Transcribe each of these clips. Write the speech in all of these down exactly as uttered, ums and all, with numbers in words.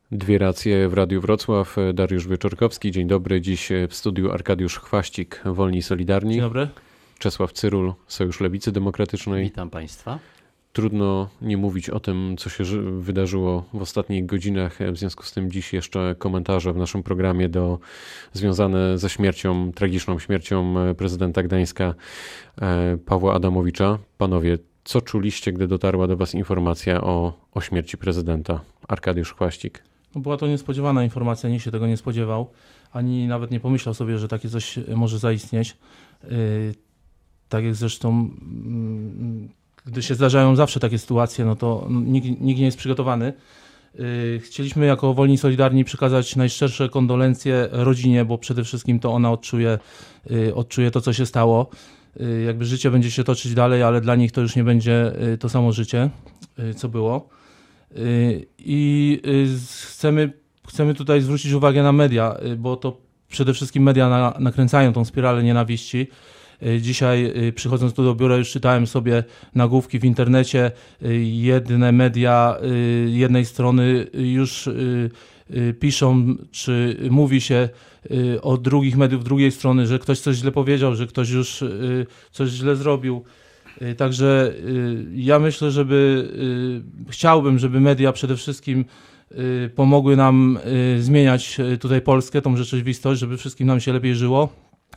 Dwie racje w Radiu Wrocław. Dariusz Wieczorkowski, dzień dobry. Dziś w studiu Arkadiusz Chwaścik, Wolni i Solidarni. Dzień dobry. Czesław Cyrul, Sojusz Lewicy Demokratycznej. Witam Państwa. Trudno nie mówić o tym, co się wydarzyło w ostatnich godzinach. W związku z tym dziś jeszcze komentarze w naszym programie do, związane ze śmiercią, tragiczną śmiercią prezydenta Gdańska Pawła Adamowicza. Panowie, co czuliście, gdy dotarła do was informacja o, o śmierci prezydenta? Arkadiusz Chwaścik. No była to niespodziewana informacja, nikt się tego nie spodziewał, ani nawet nie pomyślał sobie, że takie coś może zaistnieć. Yy, tak jak zresztą, yy, gdy się zdarzają zawsze takie sytuacje, no to nikt, nikt nie jest przygotowany. Yy, chcieliśmy jako Wolni i Solidarni przekazać najszczersze kondolencje rodzinie, bo przede wszystkim to ona odczuje, yy, odczuje to, co się stało. Yy, jakby życie będzie się toczyć dalej, ale dla nich to już nie będzie yy, to samo życie, yy, co było. I chcemy, chcemy tutaj zwrócić uwagę na media, bo to przede wszystkim media na, nakręcają tą spiralę nienawiści. Dzisiaj przychodząc tu do biura już czytałem sobie nagłówki w internecie. Jedne media jednej strony już piszą, czy mówi się o drugich mediów drugiej strony, że ktoś coś źle powiedział, że ktoś już coś źle zrobił. Także ja myślę, żeby chciałbym, żeby media przede wszystkim pomogły nam zmieniać tutaj Polskę, tą rzeczywistość, żeby wszystkim nam się lepiej żyło,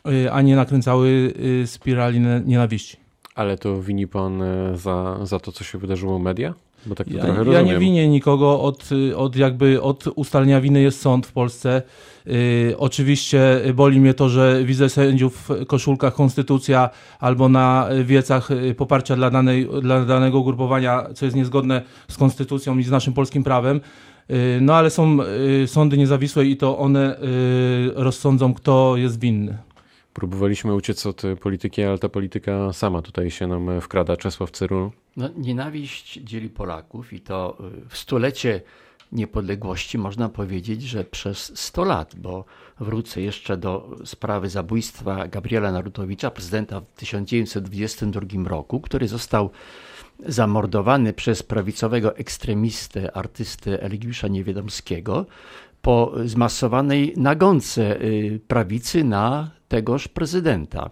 a nie nakręcały spirali nienawiści. Ale to wini pan za, za to, co się wydarzyło media? Bo tak to ja, trochę ja rozumiem. nie winię nikogo, od, od jakby od ustalenia winy jest sąd w Polsce. Yy, oczywiście boli mnie to, że widzę sędziów w koszulkach Konstytucja albo na wiecach poparcia dla, danej, dla danego ugrupowania, co jest niezgodne z Konstytucją i z naszym polskim prawem. Yy, no ale są yy, sądy niezawisłe i to one yy, rozsądzą, kto jest winny. Próbowaliśmy uciec od polityki, ale ta polityka sama tutaj się nam wkrada. Czesław Cyrul. No, nienawiść dzieli Polaków i to w stulecie niepodległości można powiedzieć, że przez sto lat, bo wrócę jeszcze do sprawy zabójstwa Gabriela Narutowicza, prezydenta w tysiąc dziewięćset dwudziestym drugim roku, który został zamordowany przez prawicowego ekstremistę, artystę Eligiusza Niewiadomskiego po zmasowanej nagonce prawicy na tegoż prezydenta.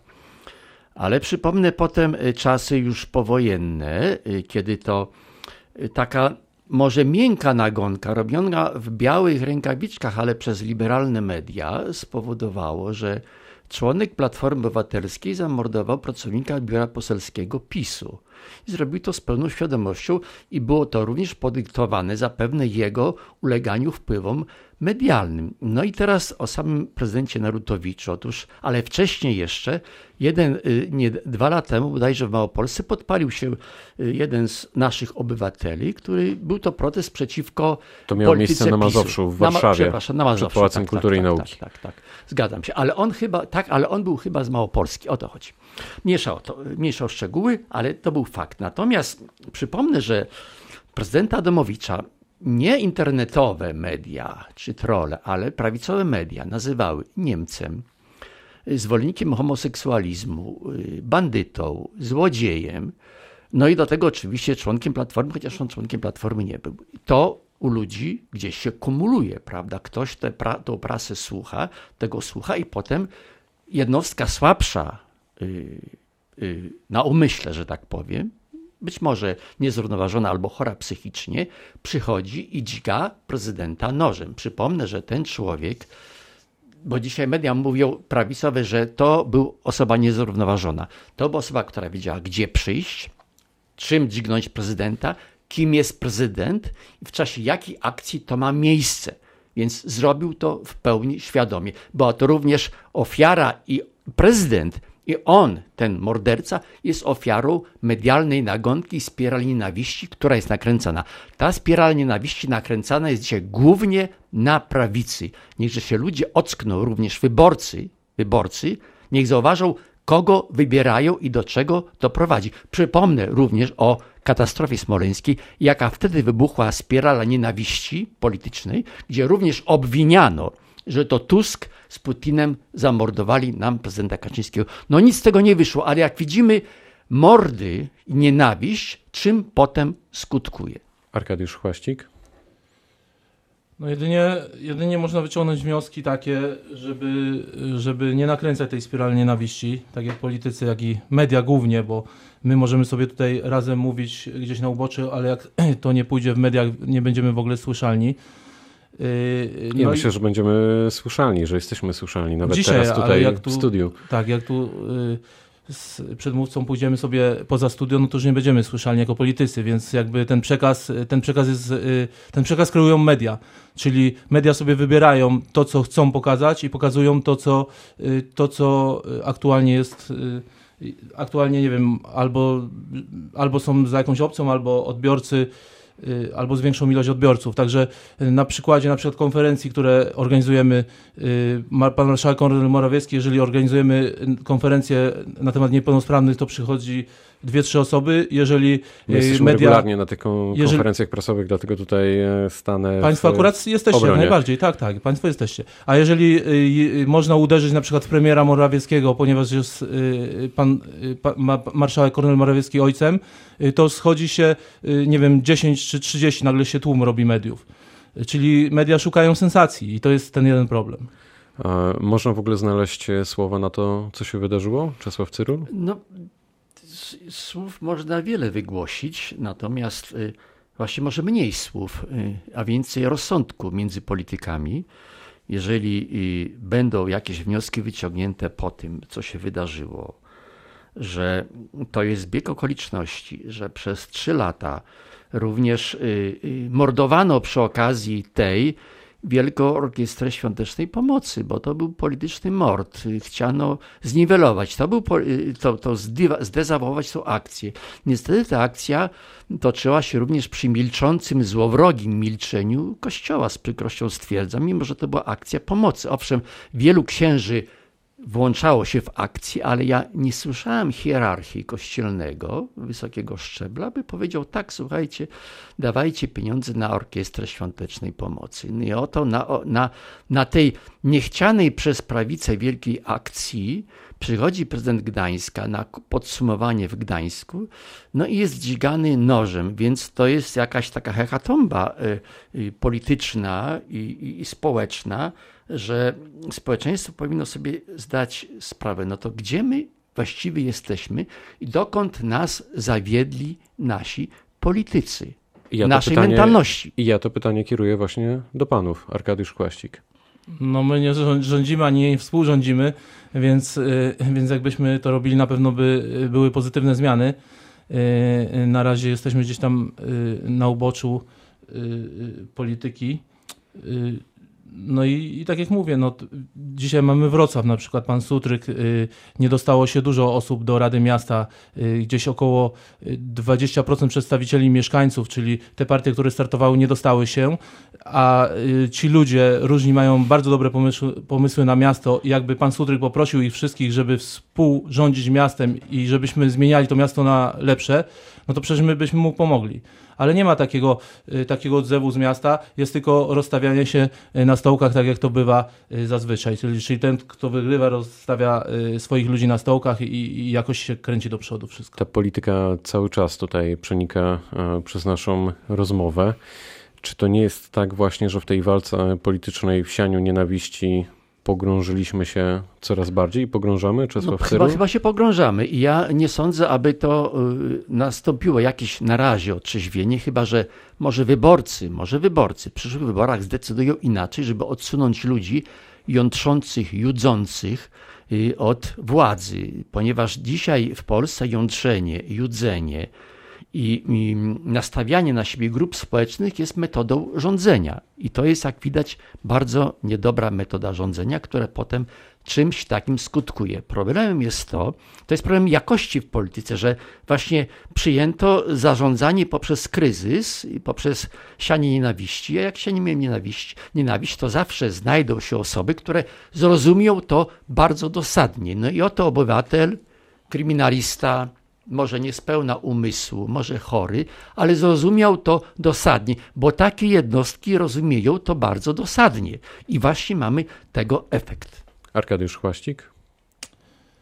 Ale przypomnę potem czasy już powojenne, kiedy to taka może miękka nagonka robiona w białych rękawiczkach, ale przez liberalne media spowodowało, że członek Platformy Obywatelskiej zamordował pracownika biura poselskiego PiSu. I zrobił to z pełną świadomością i było to również podyktowane zapewne jego uleganiu wpływom medialnym. No i teraz o samym prezydencie Narutowiczu. Otóż, ale wcześniej jeszcze, jeden, nie, dwa lata temu bodajże w Małopolsce podpalił się jeden z naszych obywateli, który był to protest przeciwko To miało polityce miejsce na PiSu. Mazowszu w Na, Warszawie, przepraszam, na Mazowszu, przed Pałacem tak, Kultury tak, i Nauki. Tak, tak, tak, tak. Zgadzam się, ale on chyba, tak, ale on był chyba z Małopolski, o to chodzi. Mniejsza o to, mniejsza o szczegóły, ale to był fakt. Natomiast przypomnę, że prezydenta Adamowicza nie internetowe media czy trolle, ale prawicowe media nazywały Niemcem, zwolennikiem homoseksualizmu, bandytą, złodziejem. No i do tego oczywiście członkiem Platformy, chociaż on członkiem Platformy nie był. To u ludzi gdzieś się kumuluje, prawda? Ktoś tę pra- tą prasę słucha, tego słucha i potem jednostka słabsza yy, yy, na umyśle, że tak powiem, być może niezrównoważona albo chora psychicznie, przychodzi i dźga prezydenta nożem. Przypomnę, że ten człowiek, bo dzisiaj media mówią prawicowe, że to był osoba niezrównoważona. To była osoba, która wiedziała, gdzie przyjść, czym dźgnąć prezydenta, kim jest prezydent i w czasie jakiej akcji to ma miejsce. Więc zrobił to w pełni świadomie. Była to również ofiara i prezydent, i on, ten morderca, jest ofiarą medialnej nagonki, spirali nienawiści, która jest nakręcana. Ta spirala nienawiści nakręcana jest dzisiaj głównie na prawicy. Niechże się ludzie ockną, również wyborcy, wyborcy, niech zauważą, kogo wybierają i do czego to prowadzi. Przypomnę również o katastrofie smoleńskiej, jaka wtedy wybuchła spirala nienawiści politycznej, gdzie również obwiniano, że to Tusk z Putinem zamordowali nam prezydenta Kaczyńskiego. No nic z tego nie wyszło, ale jak widzimy, mordy i nienawiść, czym potem skutkuje? Arkadiusz Chwaścik. No jedynie, jedynie można wyciągnąć wnioski takie, żeby, żeby nie nakręcać tej spirali nienawiści, tak jak politycy, jak i media głównie, bo my możemy sobie tutaj razem mówić gdzieś na uboczu, ale jak to nie pójdzie w mediach, nie będziemy w ogóle słyszalni. No ja myślę, i... że będziemy słyszalni, że jesteśmy słyszalni, nawet dzisiaj, teraz tutaj jak tu, w studiu. Tak, jak tu y, z przedmówcą pójdziemy sobie poza studio, no to już nie będziemy słyszalni jako politycy, więc jakby ten przekaz, ten przekaz jest, y, ten przekaz kreują media, czyli media sobie wybierają to, co chcą pokazać i pokazują to, co, y, to, co aktualnie jest, y, aktualnie nie wiem, albo, albo są za jakąś opcją, albo odbiorcy albo z większą ilość odbiorców. Także na przykładzie na przykład konferencji, które organizujemy, pan marszałek Kornel Morawiecki, jeżeli organizujemy konferencję na temat niepełnosprawnych, to przychodzi dwie, trzy osoby. Jeżeli My jesteśmy media, regularnie na tych konferencjach jeżeli, prasowych, dlatego tutaj stanę Państwo w akurat jesteście, obronie. Najbardziej, tak, tak, Państwo jesteście. A jeżeli y, można uderzyć na przykład w premiera Morawieckiego, ponieważ jest y, pan y, pa, ma, marszałek Kornel Morawiecki ojcem, y, to schodzi się, y, nie wiem, dziesięć czy trzydzieści, nagle się tłum robi mediów. Y, czyli media szukają sensacji i to jest ten jeden problem. A można w ogóle znaleźć słowa na to, co się wydarzyło? Czesław Cyrul? No, słów można wiele wygłosić, natomiast y, właśnie może mniej słów, y, a więcej rozsądku między politykami. Jeżeli y, będą jakieś wnioski wyciągnięte po tym, co się wydarzyło, że to jest zbieg okoliczności, że przez trzy lata również y, y, mordowano przy okazji tej Wielką Orkiestrę Świątecznej Pomocy, bo to był polityczny mord. Chciano zniwelować, to, był, to, to zdezawować tą akcję. Niestety ta akcja toczyła się również przy milczącym, złowrogim milczeniu Kościoła, z przykrością stwierdzam, mimo że to była akcja pomocy. Owszem, wielu księży włączało się w akcję, ale ja nie słyszałem hierarchii kościelnego wysokiego szczebla, by powiedział tak, słuchajcie, dawajcie pieniądze na Orkiestrę Świątecznej Pomocy. No i oto na, na, na tej niechcianej przez prawicę wielkiej akcji przychodzi prezydent Gdańska na podsumowanie w Gdańsku, no i jest dźgany nożem, więc to jest jakaś taka hekatomba y, y, polityczna i, i, i społeczna, że społeczeństwo powinno sobie zdać sprawę, no to gdzie my właściwie jesteśmy i dokąd nas zawiedli nasi politycy, ja naszej pytanie, mentalności. I ja to pytanie kieruję właśnie do panów. Arkadiusz Kłaścik. No my nie rządzimy, ani nie współrządzimy, więc, więc jakbyśmy to robili, na pewno by były pozytywne zmiany. Na razie jesteśmy gdzieś tam na uboczu polityki. No i, i tak jak mówię, no, dzisiaj mamy Wrocław, na przykład pan Sutryk, y, nie dostało się dużo osób do Rady Miasta, y, gdzieś około dwadzieścia procent przedstawicieli mieszkańców, czyli te partie, które startowały, nie dostały się, a y, ci ludzie różni mają bardzo dobre pomysły, pomysły na miasto i jakby pan Sutryk poprosił ich wszystkich, żeby współrządzić miastem i żebyśmy zmieniali to miasto na lepsze, no to przecież my byśmy mu pomogli. Ale nie ma takiego, takiego odzewu z miasta, jest tylko rozstawianie się na stołkach, tak jak to bywa zazwyczaj. Czyli, czyli ten, kto wygrywa, rozstawia swoich ludzi na stołkach i, i jakoś się kręci do przodu wszystko. Ta polityka cały czas tutaj przenika przez naszą rozmowę. Czy to nie jest tak właśnie, że w tej walce politycznej, w sianiu nienawiści pogrążyliśmy się coraz bardziej i pogrążamy? Czesław no, Cyrul? chyba, chyba się pogrążamy i ja nie sądzę, aby to y, nastąpiło jakieś na razie otrzeźwienie, chyba że może wyborcy, może wyborcy w przyszłych wyborach zdecydują inaczej, żeby odsunąć ludzi jątrzących, judzących y, od władzy, ponieważ dzisiaj w Polsce jątrzenie, judzenie i, i nastawianie na siebie grup społecznych jest metodą rządzenia. I to jest, jak widać, bardzo niedobra metoda rządzenia, która potem czymś takim skutkuje. Problemem jest to, to jest problem jakości w polityce, że właśnie przyjęto zarządzanie poprzez kryzys i poprzez sianie nienawiści, a jak sianie nienawiść, nienawiść, to zawsze znajdą się osoby, które zrozumieją to bardzo dosadnie. No i oto obywatel, kryminalista, może nie spełna umysłu, może chory, ale zrozumiał to dosadnie, bo takie jednostki rozumieją to bardzo dosadnie i właśnie mamy tego efekt. Arkadiusz Kłaścik?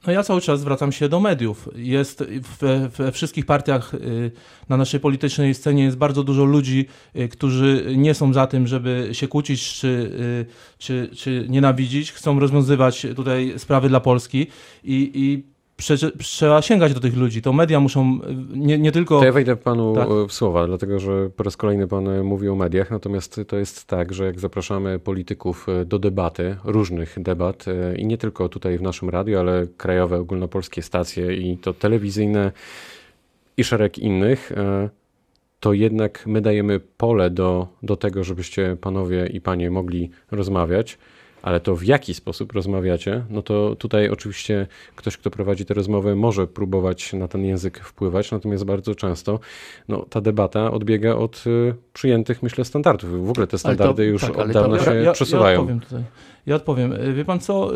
No ja cały czas zwracam się do mediów. Jest we, we wszystkich partiach na naszej politycznej scenie jest bardzo dużo ludzi, którzy nie są za tym, żeby się kłócić czy, czy, czy nienawidzić. Chcą rozwiązywać tutaj sprawy dla Polski i, i Prze- trzeba sięgać do tych ludzi. To media muszą nie, nie tylko... To ja wejdę panu tak. w słowa, dlatego że po raz kolejny pan mówi o mediach, natomiast to jest tak, że jak zapraszamy polityków do debaty, różnych debat i nie tylko tutaj w naszym radiu, ale krajowe, ogólnopolskie stacje i to telewizyjne i szereg innych, to jednak my dajemy pole do, do tego, żebyście panowie i panie mogli rozmawiać. Ale to w jaki sposób rozmawiacie, no to tutaj oczywiście ktoś, kto prowadzi tę rozmowę, może próbować na ten język wpływać, natomiast bardzo często no, ta debata odbiega od y, przyjętych, myślę, standardów. W ogóle te standardy to, już tak, od dawna to, się ja, ja, przesuwają. Ja odpowiem tutaj. Ja odpowiem. Wie pan co,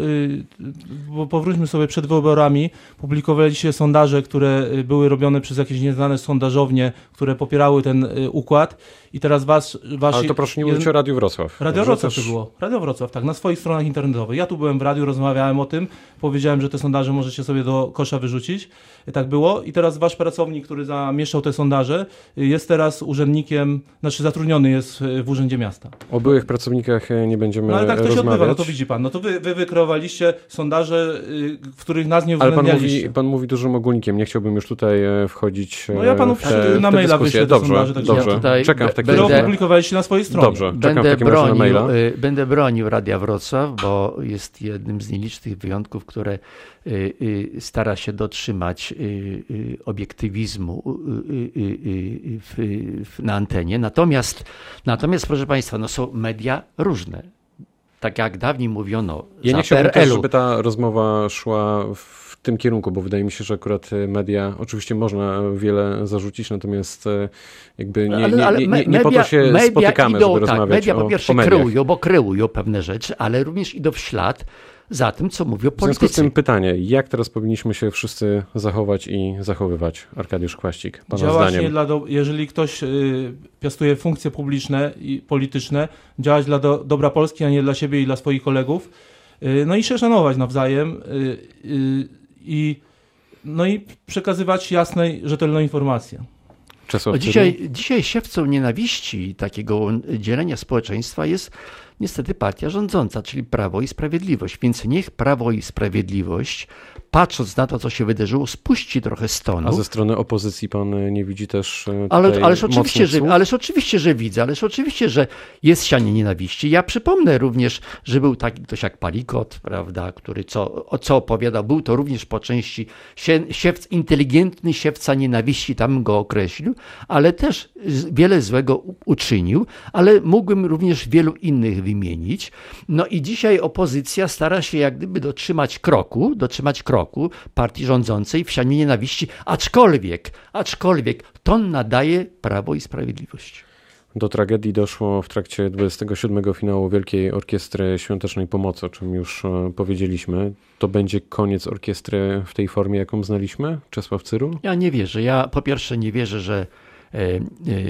bo powróćmy sobie przed wyborami, publikowaliście sondaże, które były robione przez jakieś nieznane sondażownie, które popierały ten układ i teraz was... Wasi, Ale to proszę nie mówić o Radiu Wrocław. Radio Wrocław też... to było. Radio Wrocław, tak, na swoich stronach internetowych. Ja tu byłem w radiu, rozmawiałem o tym, powiedziałem, że te sondaże możecie sobie do kosza wyrzucić. Tak było i teraz wasz pracownik, który zamieszczał te sondaże, jest teraz urzędnikiem, znaczy zatrudniony jest w Urzędzie Miasta. O byłych pracownikach nie będziemy No ale tak to rozmawiać. się odbywa, no to widzi pan. No to wy, wy wykreowaliście sondaże, w których nas nie uwzględnialiście. Ale pan mówi, pan mówi dużym ogólnikiem, nie chciałbym już tutaj wchodzić No ja panu w te, na w te maila wyślę te dobrze, sondaże. Tak dobrze, ja czekam w takim będę, razie. opublikowaliście na swojej stronie. Dobrze, czekam będę w takim razie na maila. Bronił, będę bronił Radia Wrocław, bo jest jednym z nielicznych wyjątków, które y, y, stara się dotrzymać y, y, obiektywizmu y, y, y, w, w, na antenie. Natomiast, natomiast, proszę państwa, no są media różne. Tak jak dawniej mówiono Ja za nie chciałbym P R L-u. też, żeby ta rozmowa szła w tym kierunku, bo wydaje mi się, że akurat media, oczywiście można wiele zarzucić, natomiast jakby nie, nie, nie, nie, nie po to się media spotykamy, idą, żeby tak, rozmawiać media o, po pierwsze o mediach. kreują, bo kreują pewne rzeczy, ale również idą w ślad za tym, co mówią W związku z politycy. tym pytanie, jak teraz powinniśmy się wszyscy zachować i zachowywać? Arkadiusz Chwaścik, pana Działać zdaniem. nie dla do... Jeżeli ktoś y, piastuje funkcje publiczne i polityczne, działać dla do... dobra Polski, a nie dla siebie i dla swoich kolegów. Y, no i się szanować nawzajem y, y, i no i przekazywać jasne, rzetelne informacje. O, dzisiaj, dzisiaj siewcą nienawiści takiego dzielenia społeczeństwa jest niestety partia rządząca, czyli Prawo i Sprawiedliwość. Więc niech Prawo i Sprawiedliwość, patrząc na to, co się wydarzyło, spuści trochę z tonu. A ze strony opozycji pan nie widzi też ale, ależ, oczywiście, że, ależ oczywiście, że widzę, ależ oczywiście, że jest sianie nienawiści. Ja przypomnę również, że był taki ktoś jak Palikot, prawda, który co, o co opowiadał, był to również po części siewc, inteligentny siewca nienawiści, tam go określił, ale też wiele złego uczynił, ale mógłbym również wielu innych wymienić. No i dzisiaj opozycja stara się jak gdyby dotrzymać kroku, dotrzymać kroku partii rządzącej w sianiu nienawiści, aczkolwiek, aczkolwiek ton nadaje Prawo i Sprawiedliwość. Do tragedii doszło w trakcie dwudziestego siódmego finału Wielkiej Orkiestry Świątecznej Pomocy, o czym już powiedzieliśmy. To będzie koniec orkiestry w tej formie, jaką znaliśmy? Czesław Cyru? Ja nie wierzę. Ja po pierwsze nie wierzę, że e, e,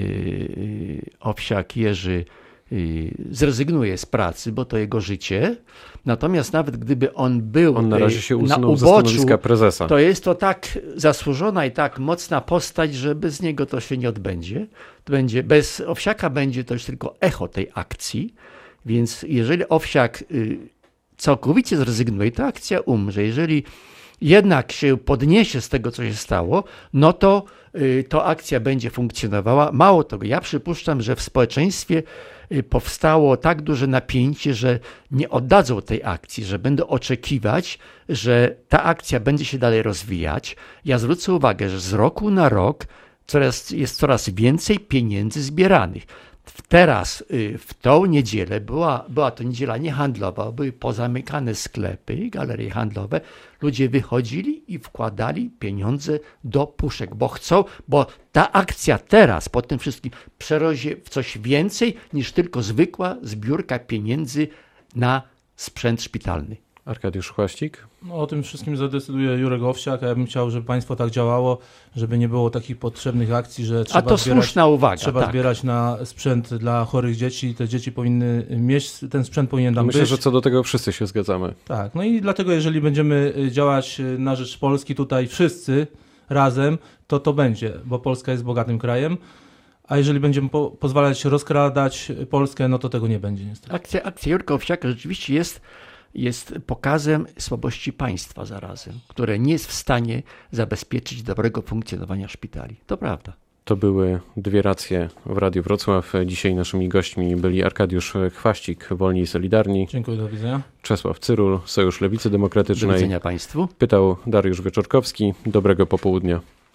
Owsiak Jerzy zrezygnuje z pracy, bo to jego życie. Natomiast nawet gdyby on był on na razie się usunął na uboczu, ze stanowiska prezesa. To jest to tak zasłużona i tak mocna postać, że bez niego to się nie odbędzie. To będzie, bez Owsiaka będzie to już tylko echo tej akcji. Więc jeżeli Owsiak całkowicie zrezygnuje, to akcja umrze. Jeżeli jednak się podniesie z tego, co się stało, no to, to akcja będzie funkcjonowała. Mało tego, ja przypuszczam, że w społeczeństwie powstało tak duże napięcie, że nie oddadzą tej akcji, że będą oczekiwać, że ta akcja będzie się dalej rozwijać. Ja zwrócę uwagę, że z roku na rok coraz, jest coraz więcej pieniędzy zbieranych. Teraz, w tą niedzielę, była, była to niedziela niehandlowa, były pozamykane sklepy, galerie handlowe, ludzie wychodzili i wkładali pieniądze do puszek, bo chcą, bo ta akcja teraz po tym wszystkim przerośnie w coś więcej niż tylko zwykła zbiórka pieniędzy na sprzęt szpitalny. Arkadiusz Chwaścik? No, o tym wszystkim zadecyduje Jurek Owsiak, a ja bym chciał, żeby państwo tak działało, żeby nie było takich potrzebnych akcji, że trzeba A to zbierać, słuszna uwaga. trzeba tak. zbierać na sprzęt dla chorych dzieci i te dzieci powinny mieć, ten sprzęt powinien tam Myślę, być. że co do tego wszyscy się zgadzamy. Tak, no i dlatego jeżeli będziemy działać na rzecz Polski tutaj wszyscy razem, to to będzie, bo Polska jest bogatym krajem, a jeżeli będziemy po, pozwalać rozkradać Polskę, no to tego nie będzie niestety. Akcja, akcja Jurka Owsiaka rzeczywiście jest, jest pokazem słabości państwa zarazem, które nie jest w stanie zabezpieczyć dobrego funkcjonowania szpitali. To prawda. To były dwie racje w Radiu Wrocław. Dzisiaj naszymi gośćmi byli Arkadiusz Chwaścik, Wolni i Solidarni. Dziękuję, do widzenia. Czesław Cyrul, Sojusz Lewicy Do Demokratycznej. widzenia państwu. Pytał Dariusz Wieczorkowski. Dobrego popołudnia.